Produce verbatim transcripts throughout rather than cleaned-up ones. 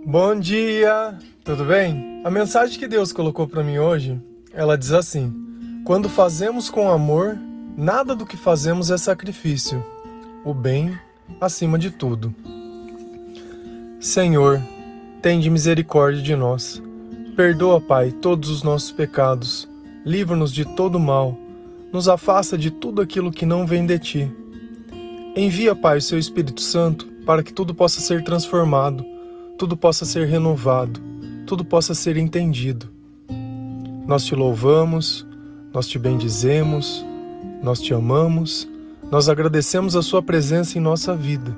Bom dia, tudo bem? A mensagem que Deus colocou para mim hoje, ela diz assim: quando fazemos com amor, nada do que fazemos é sacrifício, o bem acima de tudo. Senhor, tende misericórdia de nós. Perdoa, Pai, todos os nossos pecados. Livra-nos de todo mal. Nos afasta de tudo aquilo que não vem de Ti. Envia, Pai, o Seu Espírito Santo para que tudo possa ser transformado, tudo possa ser renovado, tudo possa ser entendido. Nós Te louvamos, nós Te bendizemos, nós Te amamos, nós agradecemos a Sua presença em nossa vida.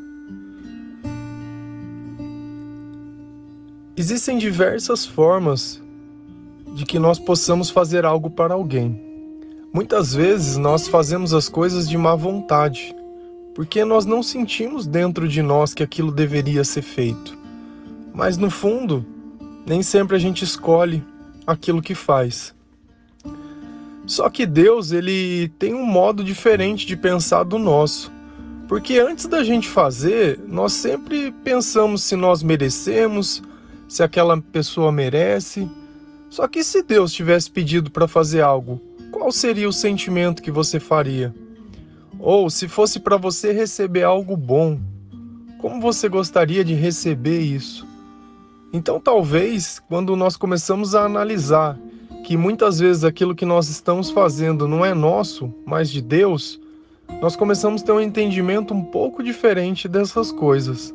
Existem diversas formas de que nós possamos fazer algo para alguém. Muitas vezes nós fazemos as coisas de má vontade, porque nós não sentimos dentro de nós que aquilo deveria ser feito. Mas no fundo, nem sempre a gente escolhe aquilo que faz. Só que Deus, ele tem um modo diferente de pensar do nosso. Porque antes da gente fazer, nós sempre pensamos se nós merecemos, se aquela pessoa merece. Só que se Deus tivesse pedido para fazer algo, qual seria o sentimento que você faria? Ou se fosse para você receber algo bom, como você gostaria de receber isso? Então talvez, quando nós começamos a analisar que muitas vezes aquilo que nós estamos fazendo não é nosso, mas de Deus, nós começamos a ter um entendimento um pouco diferente dessas coisas.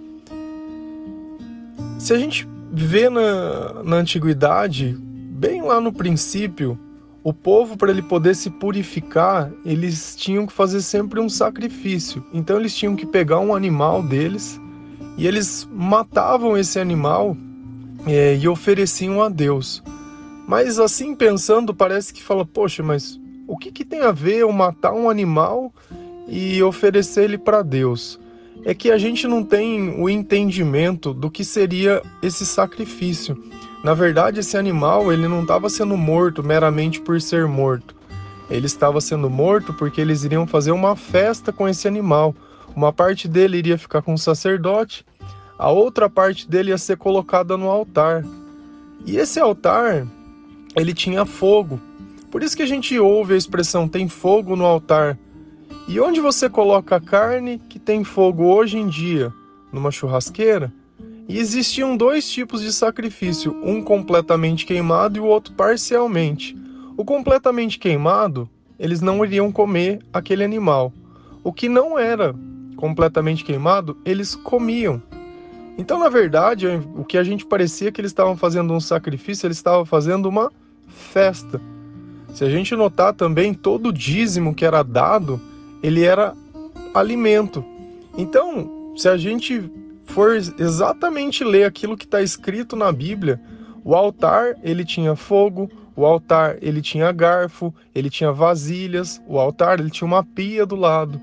Se a gente vê na, na antiguidade, bem lá no princípio, o povo, para ele poder se purificar, eles tinham que fazer sempre um sacrifício. Então eles tinham que pegar um animal deles e eles matavam esse animal é, e ofereciam a Deus. Mas assim pensando, parece que fala, poxa, mas o que, que tem a ver eu matar um animal e oferecer ele para Deus? É que a gente não tem o entendimento do que seria esse sacrifício. Na verdade, esse animal ele não estava sendo morto meramente por ser morto. Ele estava sendo morto porque eles iriam fazer uma festa com esse animal. Uma parte dele iria ficar com o sacerdote, a outra parte dele ia ser colocada no altar. E esse altar, ele tinha fogo. Por isso que a gente ouve a expressão, tem fogo no altar. E onde você coloca a carne que tem fogo hoje em dia? Numa churrasqueira? E existiam dois tipos de sacrifício, um completamente queimado e o outro parcialmente. O completamente queimado, eles não iriam comer aquele animal. O que não era completamente queimado, eles comiam. Então, na verdade, o que a gente parecia que eles estavam fazendo um sacrifício, eles estavam fazendo uma festa. Se a gente notar também, todo o dízimo que era dado, ele era alimento. Então, se a gente for exatamente ler aquilo que está escrito na Bíblia, o altar ele tinha fogo, o altar ele tinha garfo, ele tinha vasilhas, o altar ele tinha uma pia do lado.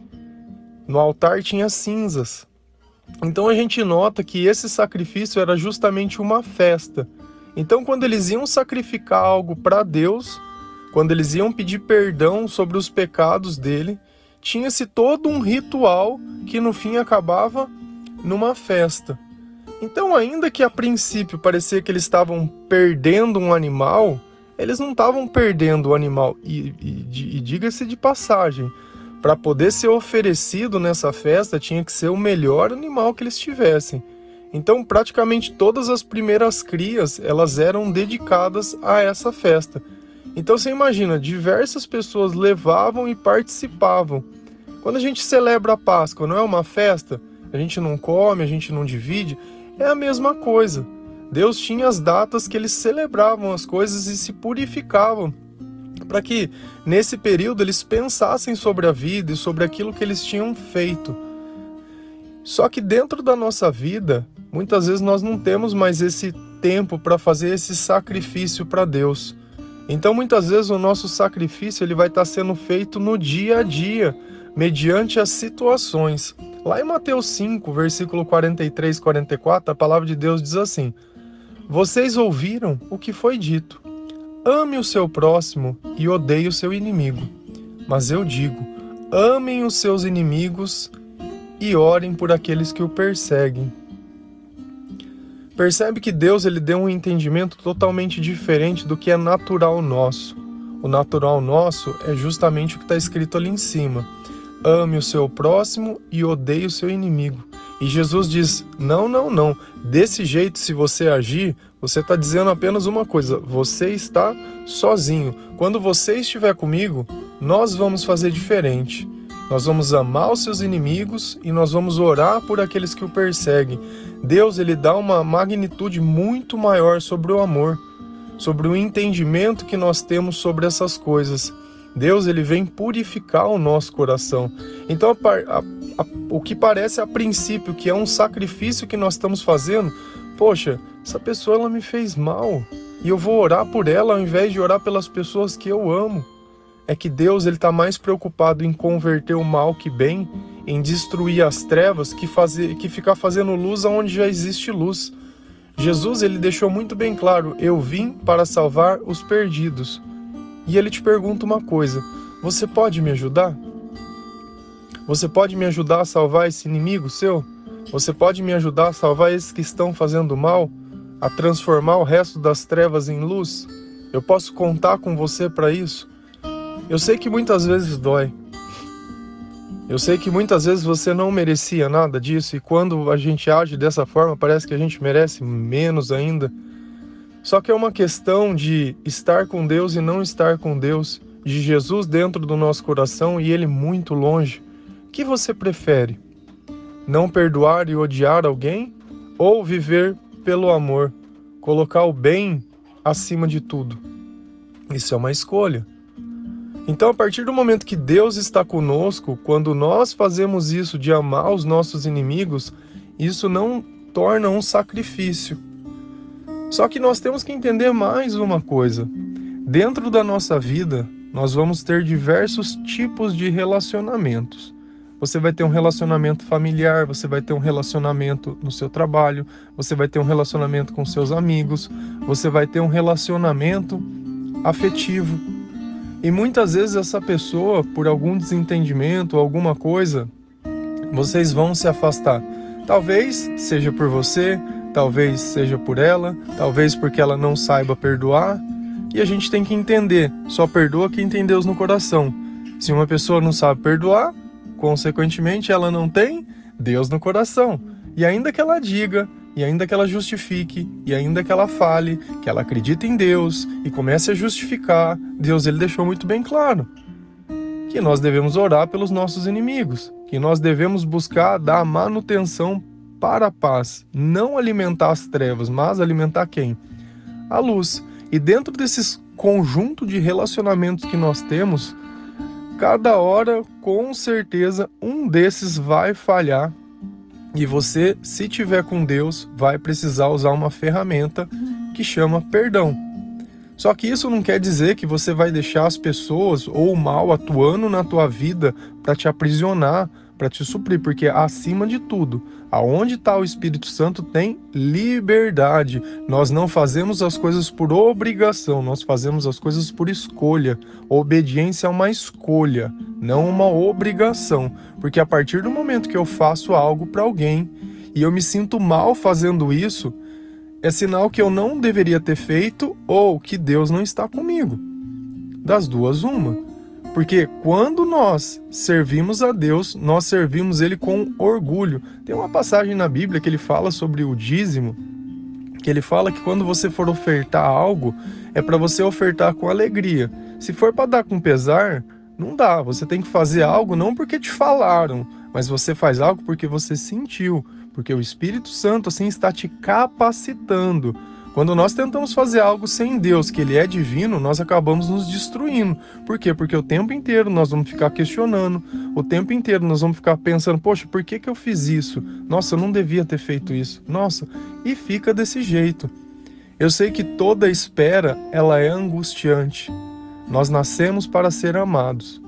No altar tinha cinzas. Então a gente nota que esse sacrifício era justamente uma festa. Então quando eles iam sacrificar algo para Deus, quando eles iam pedir perdão sobre os pecados dele, tinha-se todo um ritual que no fim acabava numa festa. Então, ainda que a princípio parecia que eles estavam perdendo um animal, eles não estavam perdendo o animal. E, e, e diga-se de passagem, para poder ser oferecido nessa festa, tinha que ser o melhor animal que eles tivessem. Então, praticamente todas as primeiras crias, elas eram dedicadas a essa festa. Então, você imagina, diversas pessoas levavam e participavam. Quando a gente celebra a Páscoa, não é uma festa? A gente não come, a gente não divide, é a mesma coisa. Deus tinha as datas que eles celebravam as coisas e se purificavam, para que nesse período eles pensassem sobre a vida e sobre aquilo que eles tinham feito. Só que dentro da nossa vida, muitas vezes nós não temos mais esse tempo para fazer esse sacrifício para Deus. Então muitas vezes o nosso sacrifício ele vai estar sendo feito no dia a dia, mediante as situações. Lá em Mateus cinco, versículo quarenta e três, quarenta e quatro, a palavra de Deus diz assim: vocês ouviram o que foi dito, ame o seu próximo e odeie o seu inimigo. Mas eu digo, amem os seus inimigos e orem por aqueles que o perseguem. Percebe que Deus ele deu um entendimento totalmente diferente do que é natural nosso. O natural nosso é justamente o que está escrito ali em cima. Ame o seu próximo e odeie o seu inimigo. E Jesus diz, não, não, não. Desse jeito, se você agir, você está dizendo apenas uma coisa. Você está sozinho. Quando você estiver comigo, nós vamos fazer diferente. Nós vamos amar os seus inimigos e nós vamos orar por aqueles que o perseguem. Deus ele dá uma magnitude muito maior sobre o amor, sobre o entendimento que nós temos sobre essas coisas. Deus ele vem purificar o nosso coração. Então a, a, a, o que parece a princípio que é um sacrifício que nós estamos fazendo, poxa, essa pessoa ela me fez mal e eu vou orar por ela ao invés de orar pelas pessoas que eu amo. É que Deus ele está mais preocupado em converter o mal que bem, em destruir as trevas, que, fazer, que ficar fazendo luz onde já existe luz. Jesus ele deixou muito bem claro, eu vim para salvar os perdidos. E ele te pergunta uma coisa, você pode me ajudar? Você pode me ajudar a salvar esse inimigo seu? Você pode me ajudar a salvar esses que estão fazendo mal? A transformar o resto das trevas em luz? Eu posso contar com você para isso? Eu sei que muitas vezes dói. Eu sei que muitas vezes você não merecia nada disso e quando a gente age dessa forma parece que a gente merece menos ainda. Só que é uma questão de estar com Deus e não estar com Deus, de Jesus dentro do nosso coração e Ele muito longe. O que você prefere? Não perdoar e odiar alguém ou viver pelo amor, colocar o bem acima de tudo? Isso é uma escolha. Então, a partir do momento que Deus está conosco, quando nós fazemos isso de amar os nossos inimigos, isso não torna um sacrifício. Só que nós temos que entender mais uma coisa. Dentro da nossa vida, nós vamos ter diversos tipos de relacionamentos. Você vai ter um relacionamento familiar, você vai ter um relacionamento no seu trabalho, você vai ter um relacionamento com seus amigos, você vai ter um relacionamento afetivo. E muitas vezes essa pessoa, por algum desentendimento, alguma coisa, vocês vão se afastar. Talvez seja por você, talvez seja por ela, talvez porque ela não saiba perdoar. E a gente tem que entender, só perdoa quem tem Deus no coração. Se uma pessoa não sabe perdoar, consequentemente ela não tem Deus no coração. E ainda que ela diga, e ainda que ela justifique, e ainda que ela fale, que ela acredita em Deus e comece a justificar, Deus ele deixou muito bem claro que nós devemos orar pelos nossos inimigos, que nós devemos buscar dar manutenção para a paz, não alimentar as trevas, mas alimentar quem? A luz. E dentro desses conjunto de relacionamentos que nós temos, cada hora, com certeza, um desses vai falhar. E você, se tiver com Deus, vai precisar usar uma ferramenta que chama perdão. Só que isso não quer dizer que você vai deixar as pessoas ou o mal atuando na tua vida para te aprisionar, para te suprir, porque acima de tudo, aonde está o Espírito Santo tem liberdade. Nós não fazemos as coisas por obrigação, nós fazemos as coisas por escolha. Obediência é uma escolha, não uma obrigação, porque a partir do momento que eu faço algo para alguém e eu me sinto mal fazendo isso, é sinal que eu não deveria ter feito ou que Deus não está comigo. Das duas, uma. Porque quando nós servimos a Deus, nós servimos Ele com orgulho. Tem uma passagem na Bíblia que ele fala sobre o dízimo, que ele fala que quando você for ofertar algo, é para você ofertar com alegria. Se for para dar com pesar, não dá. Você tem que fazer algo não porque te falaram, mas você faz algo porque você sentiu, porque o Espírito Santo assim está te capacitando. Quando nós tentamos fazer algo sem Deus, que Ele é divino, nós acabamos nos destruindo. Por quê? Porque o tempo inteiro nós vamos ficar questionando, o tempo inteiro nós vamos ficar pensando, poxa, por que que eu fiz isso? Nossa, eu não devia ter feito isso. Nossa, e fica desse jeito. Eu sei que toda espera, ela é angustiante. Nós nascemos para ser amados.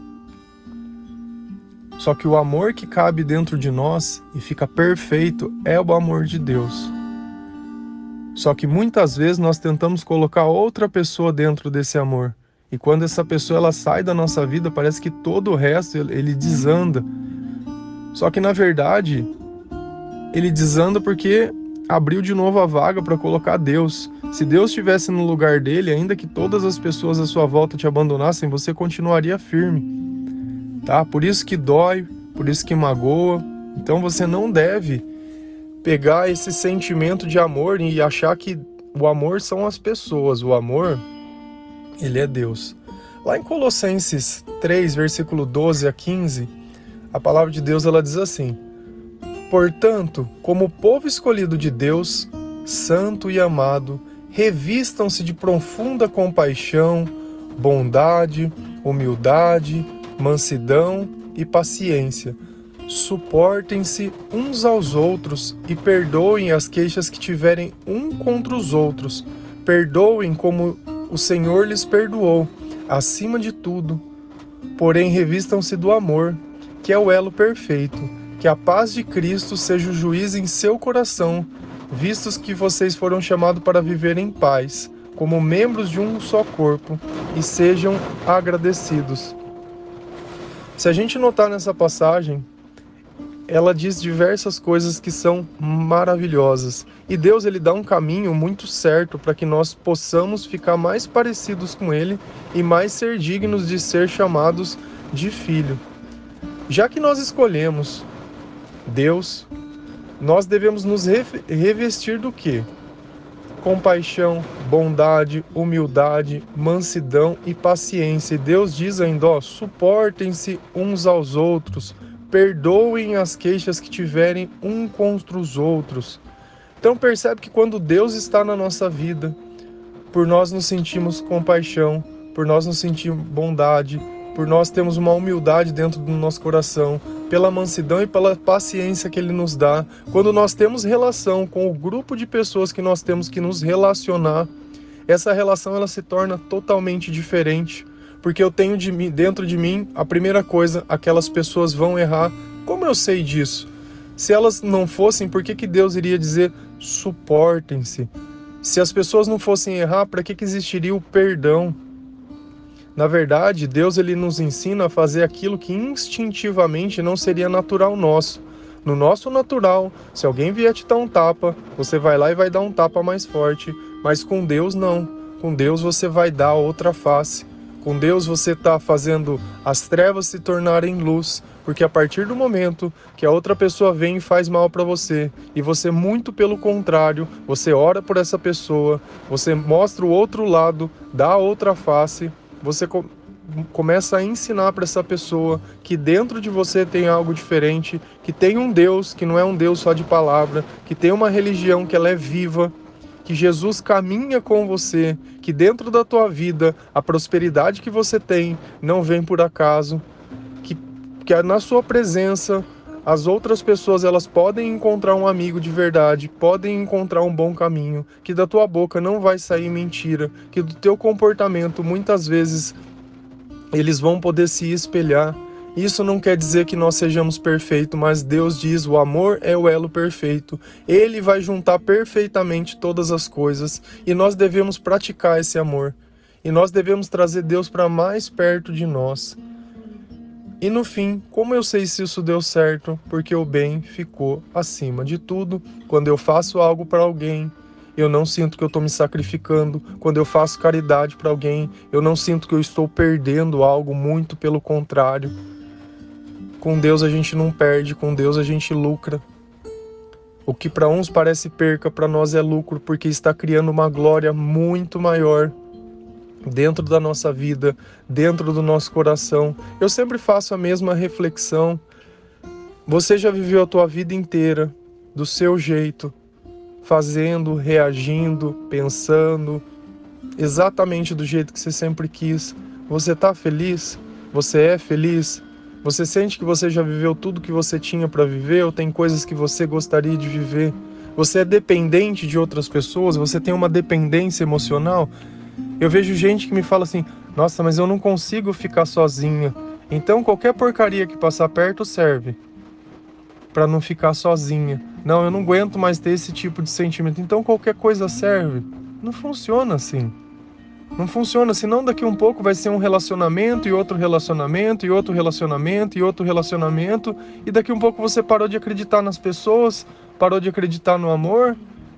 Só que o amor que cabe dentro de nós e fica perfeito é o amor de Deus. Só que muitas vezes nós tentamos colocar outra pessoa dentro desse amor. E quando essa pessoa ela sai da nossa vida, parece que todo o resto ele desanda. Só que na verdade, ele desanda porque abriu de novo a vaga para colocar Deus. Se Deus estivesse no lugar dele, ainda que todas as pessoas à sua volta te abandonassem, você continuaria firme, tá? Por isso que dói, por isso que magoa. Então você não deve pegar esse sentimento de amor e achar que o amor são as pessoas. O amor, ele é Deus. Lá em Colossenses três, versículo doze a quinze, a palavra de Deus ela diz assim: portanto, como povo escolhido de Deus, santo e amado, revistam-se de profunda compaixão, bondade, humildade, mansidão e paciência. Suportem-se uns aos outros e perdoem as queixas que tiverem um contra os outros. Perdoem como o Senhor lhes perdoou. Acima de tudo, porém, revistam-se do amor, que é o elo perfeito. Que a paz de Cristo seja o juiz em seu coração, vistos que vocês foram chamados para viver em paz, como membros de um só corpo, e sejam agradecidos. Se a gente notar nessa passagem, ela diz diversas coisas que são maravilhosas. E Deus ele dá um caminho muito certo para que nós possamos ficar mais parecidos com Ele e mais ser dignos de ser chamados de filho. Já que nós escolhemos Deus, nós devemos nos revestir do quê? Compaixão, bondade, humildade, mansidão e paciência. E Deus diz ainda, ó, suportem-se uns aos outros, perdoem as queixas que tiverem um contra os outros. Então percebe que quando Deus está na nossa vida, por nós nos sentimos compaixão, por nós nos sentimos bondade, por nós temos uma humildade dentro do nosso coração, pela mansidão e pela paciência que Ele nos dá. Quando nós temos relação com o grupo de pessoas que nós temos que nos relacionar, essa relação ela se torna totalmente diferente. Porque eu tenho de mim, dentro de mim, a primeira coisa, aquelas pessoas vão errar. Como eu sei disso? Se elas não fossem, por que que Deus iria dizer suportem-se? Se as pessoas não fossem errar, para que que existiria o perdão? Na verdade, Deus ele nos ensina a fazer aquilo que instintivamente não seria natural nosso. No nosso natural, se alguém vier te dar um tapa, você vai lá e vai dar um tapa mais forte. Mas com Deus não. Com Deus você vai dar outra face. Com Deus você está fazendo as trevas se tornarem luz, porque a partir do momento que a outra pessoa vem e faz mal para você, e você muito pelo contrário, você ora por essa pessoa, você mostra o outro lado, dá a outra face, você co- começa a ensinar para essa pessoa que dentro de você tem algo diferente, que tem um Deus que não é um Deus só de palavra, que tem uma religião que ela é viva, que Jesus caminha com você, que dentro da tua vida a prosperidade que você tem não vem por acaso, que, que na sua presença as outras pessoas elas podem encontrar um amigo de verdade, podem encontrar um bom caminho, que da tua boca não vai sair mentira, que do teu comportamento muitas vezes eles vão poder se espelhar. Isso não quer dizer que nós sejamos perfeitos, mas Deus diz, o amor é o elo perfeito. Ele vai juntar perfeitamente todas as coisas e nós devemos praticar esse amor. E nós devemos trazer Deus para mais perto de nós. E no fim, como eu sei se isso deu certo? Porque o bem ficou acima de tudo. Quando eu faço algo para alguém, eu não sinto que eu estou me sacrificando. Quando eu faço caridade para alguém, eu não sinto que eu estou perdendo algo, muito pelo contrário. Com Deus a gente não perde, com Deus a gente lucra. O que para uns parece perca, para nós é lucro, porque está criando uma glória muito maior dentro da nossa vida, dentro do nosso coração. Eu sempre faço a mesma reflexão. Você já viveu a tua vida inteira do seu jeito, fazendo, reagindo, pensando, exatamente do jeito que você sempre quis. Você está feliz? Você é feliz? Você sente que você já viveu tudo que você tinha para viver ou tem coisas que você gostaria de viver? Você é dependente de outras pessoas? Você tem uma dependência emocional? Eu vejo gente que me fala assim, nossa, mas eu não consigo ficar sozinha. Então qualquer porcaria que passar perto serve para não ficar sozinha. Não, eu não aguento mais ter esse tipo de sentimento. Então qualquer coisa serve. Não funciona assim. Não funciona, senão daqui um pouco vai ser um relacionamento e outro relacionamento e outro relacionamento e outro relacionamento e daqui um pouco você parou de acreditar nas pessoas, parou de acreditar no amor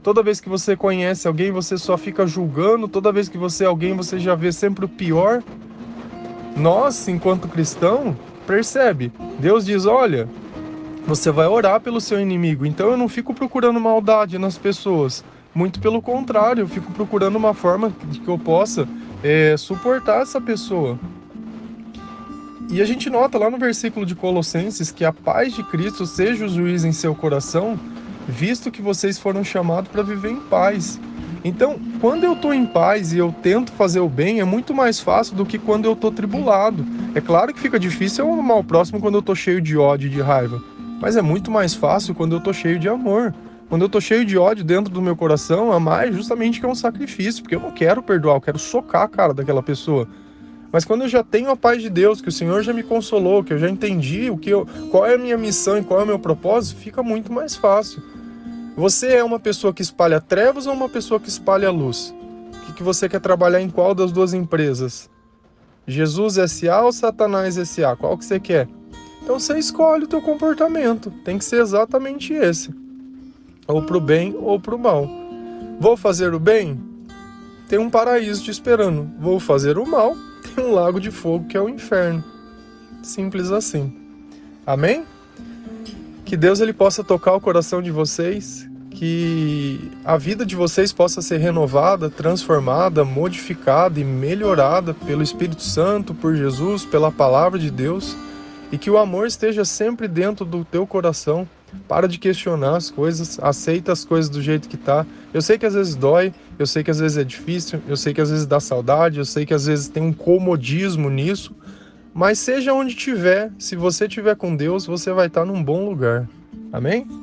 Toda vez que você conhece alguém, você só fica julgando. Toda vez que você é alguém, você já vê sempre o pior. Nós, enquanto cristão, percebe? Deus diz, olha, você vai orar pelo seu inimigo. Então eu não fico procurando maldade nas pessoas. Muito pelo contrário, eu fico procurando uma forma de que eu possa é, suportar essa pessoa. E a gente nota lá no versículo de Colossenses que a paz de Cristo seja o juiz em seu coração, visto que vocês foram chamados para viver em paz. Então, quando eu estou em paz e eu tento fazer o bem, é muito mais fácil do que quando eu estou tribulado. É claro que fica difícil eu amar o próximo quando eu estou cheio de ódio e de raiva, mas é muito mais fácil quando eu estou cheio de amor. Quando eu estou cheio de ódio dentro do meu coração, amar é justamente que é um sacrifício, porque eu não quero perdoar, eu quero socar a cara daquela pessoa. Mas quando eu já tenho a paz de Deus, que o Senhor já me consolou, que eu já entendi o que eu, qual é a minha missão e qual é o meu propósito, fica muito mais fácil. Você é uma pessoa que espalha trevas ou uma pessoa que espalha luz? O que, que você quer trabalhar em qual das duas empresas? Jesus S A ou Satanás S A? Qual que você quer? Então você escolhe o teu comportamento. Tem que ser exatamente esse. Ou pro bem ou pro mal. Vou fazer o bem? Tem um paraíso te esperando. Vou fazer o mal? Tem um lago de fogo que é o inferno. Simples assim. Amém? Que Deus ele possa tocar o coração de vocês, que a vida de vocês possa ser renovada, transformada, modificada e melhorada pelo Espírito Santo, por Jesus, pela palavra de Deus, e que o amor esteja sempre dentro do teu coração. Para de questionar as coisas, aceita as coisas do jeito que tá. Eu sei que às vezes dói, eu sei que às vezes é difícil, eu sei que às vezes dá saudade, eu sei que às vezes tem um comodismo nisso, mas seja onde tiver, se você estiver com Deus, você vai estar num bom lugar. Amém?